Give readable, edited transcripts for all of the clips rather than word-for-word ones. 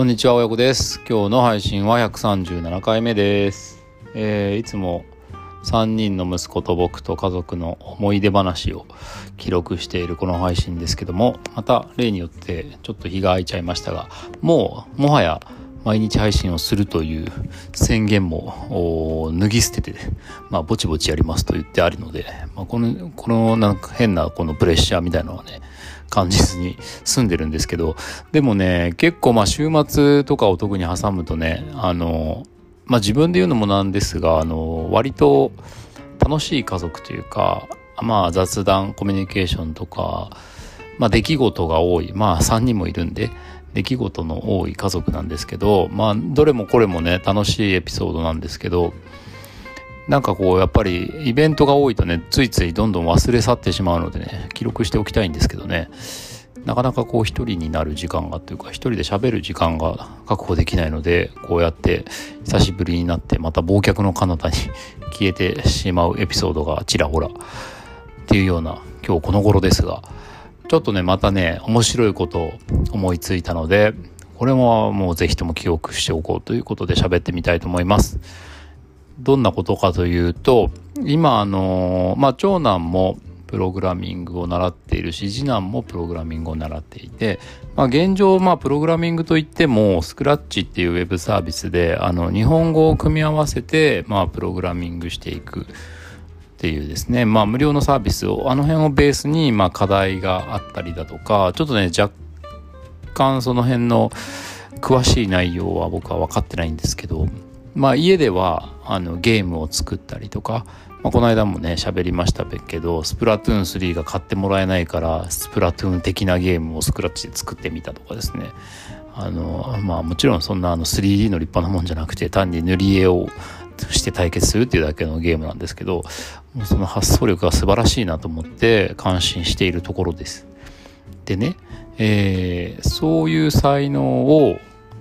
こんにちは、親子です。今日の配信は137回目です。いつも3人の息子と僕と家族の思い出話を記録しているこの配信ですけども、また例によってちょっと日が空いちゃいましたが、もはや毎日配信をするという宣言も脱ぎ捨てて、ぼちぼちやりますと言ってあるので、このなんか変なこのプレッシャーみたいなのはね感じずに済んでるんですけど、でもね結構週末とかを特に挟むとね自分で言うのもなんですが割と楽しい家族というか、雑談コミュニケーションとか、出来事が多い3人もいるんで出来事の多い家族なんですけど、どれもこれもね楽しいエピソードなんですけど、なんかやっぱりイベントが多いとねついついどんどん忘れ去ってしまうのでね記録しておきたいんですけどね、なかなか一人になる時間がというか一人で喋る時間が確保できないので、こうやって久しぶりになってまた忘却の彼方に消えてしまうエピソードがちらほらっていうような今日この頃ですが、ちょっとねまたね面白いことを思いついたので、これももうぜひとも記憶しておこうということで喋ってみたいと思います。どんなことかというと、今長男もプログラミングを習っているし、次男もプログラミングを習っていて、現状プログラミングといってもスクラッチっていうウェブサービスで日本語を組み合わせてプログラミングしていくっていうですね、無料のサービスを辺をベースに課題があったりだとか、ちょっとね若干その辺の詳しい内容は僕は分かってないんですけど、家ではゲームを作ったりとか、この間もね喋りましたけど、スプラトゥーン3が買ってもらえないからスプラトゥーン的なゲームをスクラッチで作ってみたとかですね、もちろんそんな3D の立派なもんじゃなくて単に塗り絵をして対決するっていうだけのゲームなんですけど、もうその発想力が素晴らしいなと思って感心しているところです。でね、そういう才能を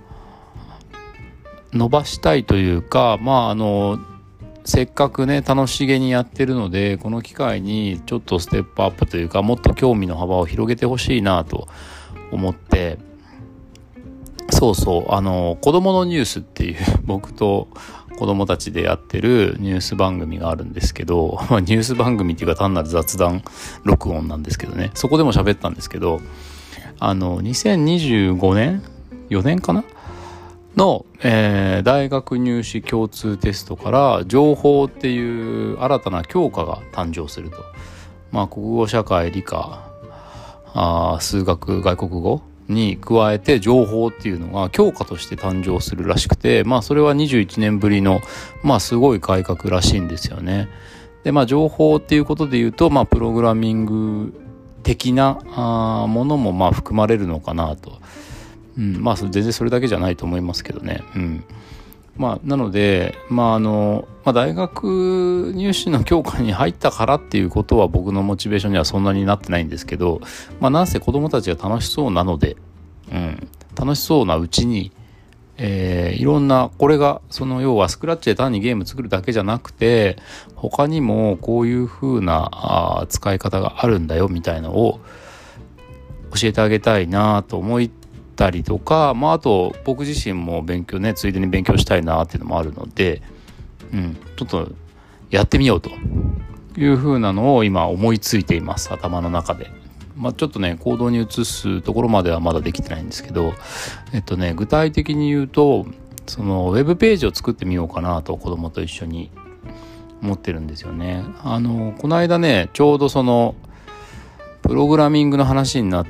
伸ばしたいというか、せっかくね楽しげにやってるので、この機会にちょっとステップアップというか、もっと興味の幅を広げてほしいなと思って、子供のニュースっていう僕と子供たちでやってるニュース番組があるんですけど、ニュース番組っていうか単なる雑談録音なんですけどね、そこでも喋ったんですけど、2025年4年かなの、大学入試共通テストから情報っていう新たな教科が誕生すると。国語社会理科数学外国語に加えて情報っていうのが教科として誕生するらしくて、それは21年ぶりのすごい改革らしいんですよね。で情報っていうことで言うとプログラミング的なものも含まれるのかなと。全然それだけじゃないと思いますけどね。なので大学入試の教科に入ったからっていうことは僕のモチベーションにはそんなになってないんですけど、なんせ子どもたちが楽しそうなので、楽しそうなうちに、いろんなこれが要はスクラッチで単にゲーム作るだけじゃなくて、他にもこういう風な使い方があるんだよみたいなのを教えてあげたいなと思ったりとか、あと僕自身もついでに勉強したいなっていうのもあるので、ちょっとやってみようという風なのを今思いついています、頭の中で。ちょっとね行動に移すところまではまだできてないんですけど、具体的に言うとウェブページを作ってみようかなと子供と一緒に思ってるんですよね。この間ねちょうどプログラミングの話になって、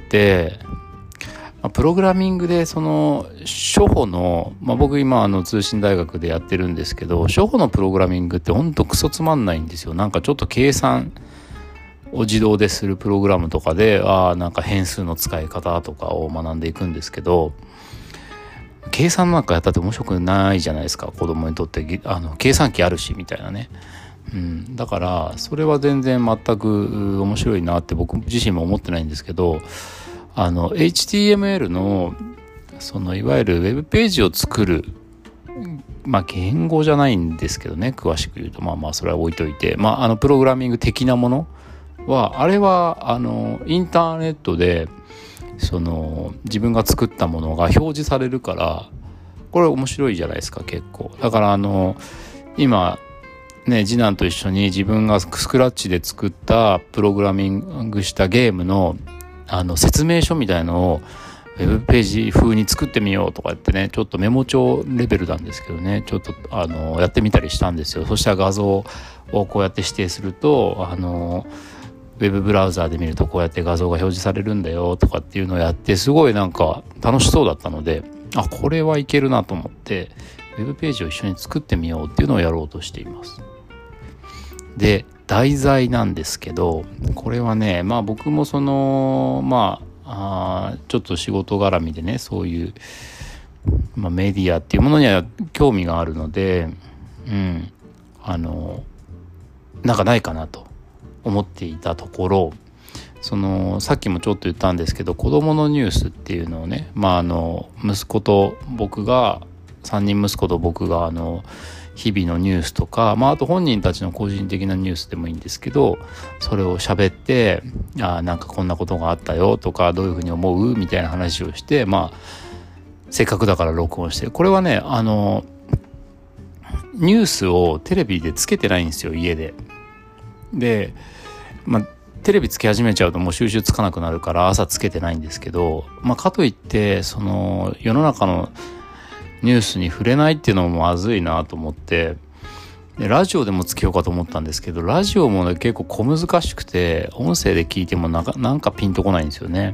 プログラミングで初歩の、僕今通信大学でやってるんですけど、初歩のプログラミングってほんとクソつまんないんですよ。なんかちょっと計算を自動でするプログラムとかでなんか変数の使い方とかを学んでいくんですけど、計算なんかやったって面白くないじゃないですか、子供にとって。計算機あるしみたいなね。だからそれは全然全く面白いなって僕自身も思ってないんですけど、HTML のいわゆるウェブページを作る言語じゃないんですけどね、詳しく言うとそれは置いといて、プログラミング的なものはあれはインターネットで自分が作ったものが表示されるから、これ面白いじゃないですか。結構だから今ね、次男と一緒に自分がスクラッチで作ったプログラミングしたゲームの説明書みたいのをウェブページ風に作ってみようとか言ってね、ちょっとメモ帳レベルなんですけどね、ちょっとやってみたりしたんですよ。そしたら画像をこうやって指定するとウェブブラウザーで見るとこうやって画像が表示されるんだよとかっていうのをやって、すごいなんか楽しそうだったので、これはいけるなと思ってウェブページを一緒に作ってみようっていうのをやろうとしています。で、題材なんですけど、これはね、僕もちょっと仕事絡みでね、そういう、メディアっていうものには興味があるので、なんかないかなと思っていたところ、さっきもちょっと言ったんですけど、子どものニュースっていうのをね、息子と僕が3人息子と僕が日々のニュースとか、あと本人たちの個人的なニュースでもいいんですけど、それを喋って、なんかこんなことがあったよとか、どういうふうに思うみたいな話をして、せっかくだから録音して、これはねニュースをテレビでつけてないんですよ、家で。で、テレビつけ始めちゃうともう収集つかなくなるから朝つけてないんですけど、かといって世の中のニュースに触れないっていうのもまずいなと思って、でラジオでもつけようかと思ったんですけど、ラジオもね結構小難しくて、音声で聞いてもなんかピンとこないんですよね。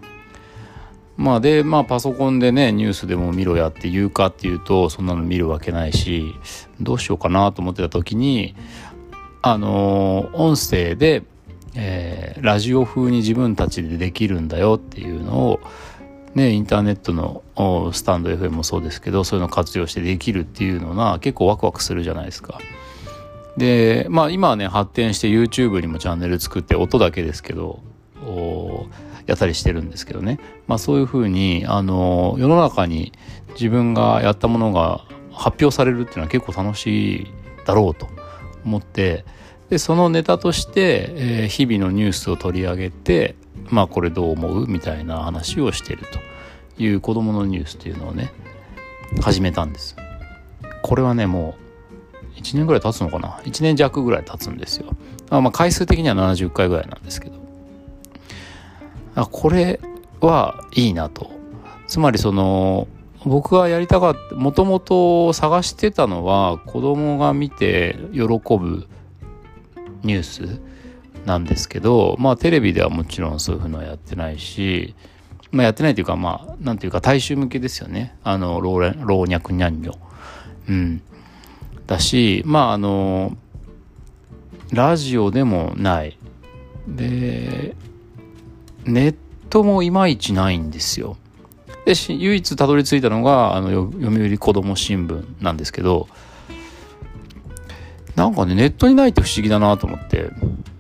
パソコンでねニュースでも見ろやって言うかっていうと、そんなの見るわけないし、どうしようかなと思ってた時に音声で、ラジオ風に自分たちでできるんだよっていうのをね、インターネットのスタンド FM もそうですけど、そういうのを活用してできるっていうのが結構ワクワクするじゃないですか。で、今はね発展して YouTube にもチャンネル作って音だけですけどやったりしてるんですけどね、そういう風に世の中に自分がやったものが発表されるっていうのは結構楽しいだろうと思って、でそのネタとして、日々のニュースを取り上げて、これどう思うみたいな話をしているという子どものニュースっていうのをね始めたんです。これはねもう1年ぐらい経つのかな、1年弱ぐらい経つんですよ。回数的には70回ぐらいなんですけど、これはいいなと。つまり僕がやりたかった、もともと探してたのは子供が見て喜ぶニュースなんですけど、テレビではもちろんそういうのはやってないし、やってないというかなんていうか大衆向けですよね。老若男女、だし、ラジオでもないで、ネットもいまいちないんですよ。で唯一たどり着いたのが読売子ども新聞なんですけど、なんかねネットにないって不思議だなと思って、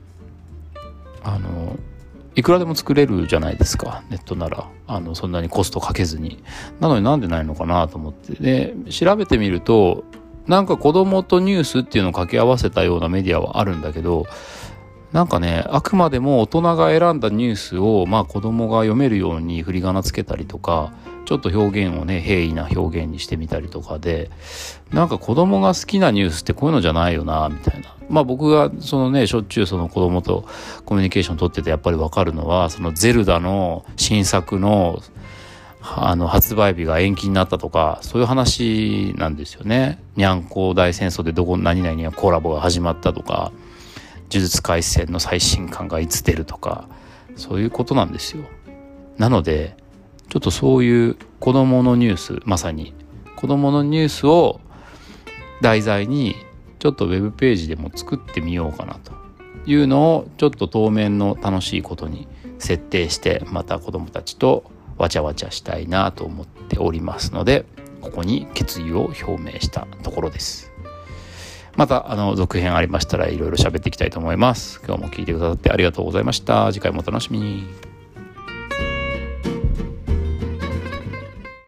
いくらでも作れるじゃないですか、ネットならそんなにコストかけずに。なのになんでないのかなと思って、で調べてみると、なんか子供とニュースっていうのを掛け合わせたようなメディアはあるんだけど、なんかねあくまでも大人が選んだニュースを子供が読めるように振り仮名つけたりとか、ちょっと表現をね平易な表現にしてみたりとかで、なんか子供が好きなニュースってこういうのじゃないよなみたいな。僕がしょっちゅう子供とコミュニケーション取っててやっぱり分かるのは、ゼルダの新作の発売日が延期になったとか、そういう話なんですよね。にゃんこ大戦争で何々にはコラボが始まったとか、呪術廻戦の最新刊がいつ出るとか、そういうことなんですよ。なのでちょっとそういう子どものニュース、まさに子どものニュースを題材にちょっとウェブページでも作ってみようかなというのを、ちょっと当面の楽しいことに設定して、また子どもたちとわちゃわちゃしたいなと思っておりますので、ここに決意を表明したところです。また続編ありましたらいろいろ喋っていきたいと思います。今日も聞いてくださってありがとうございました。次回もお楽しみに。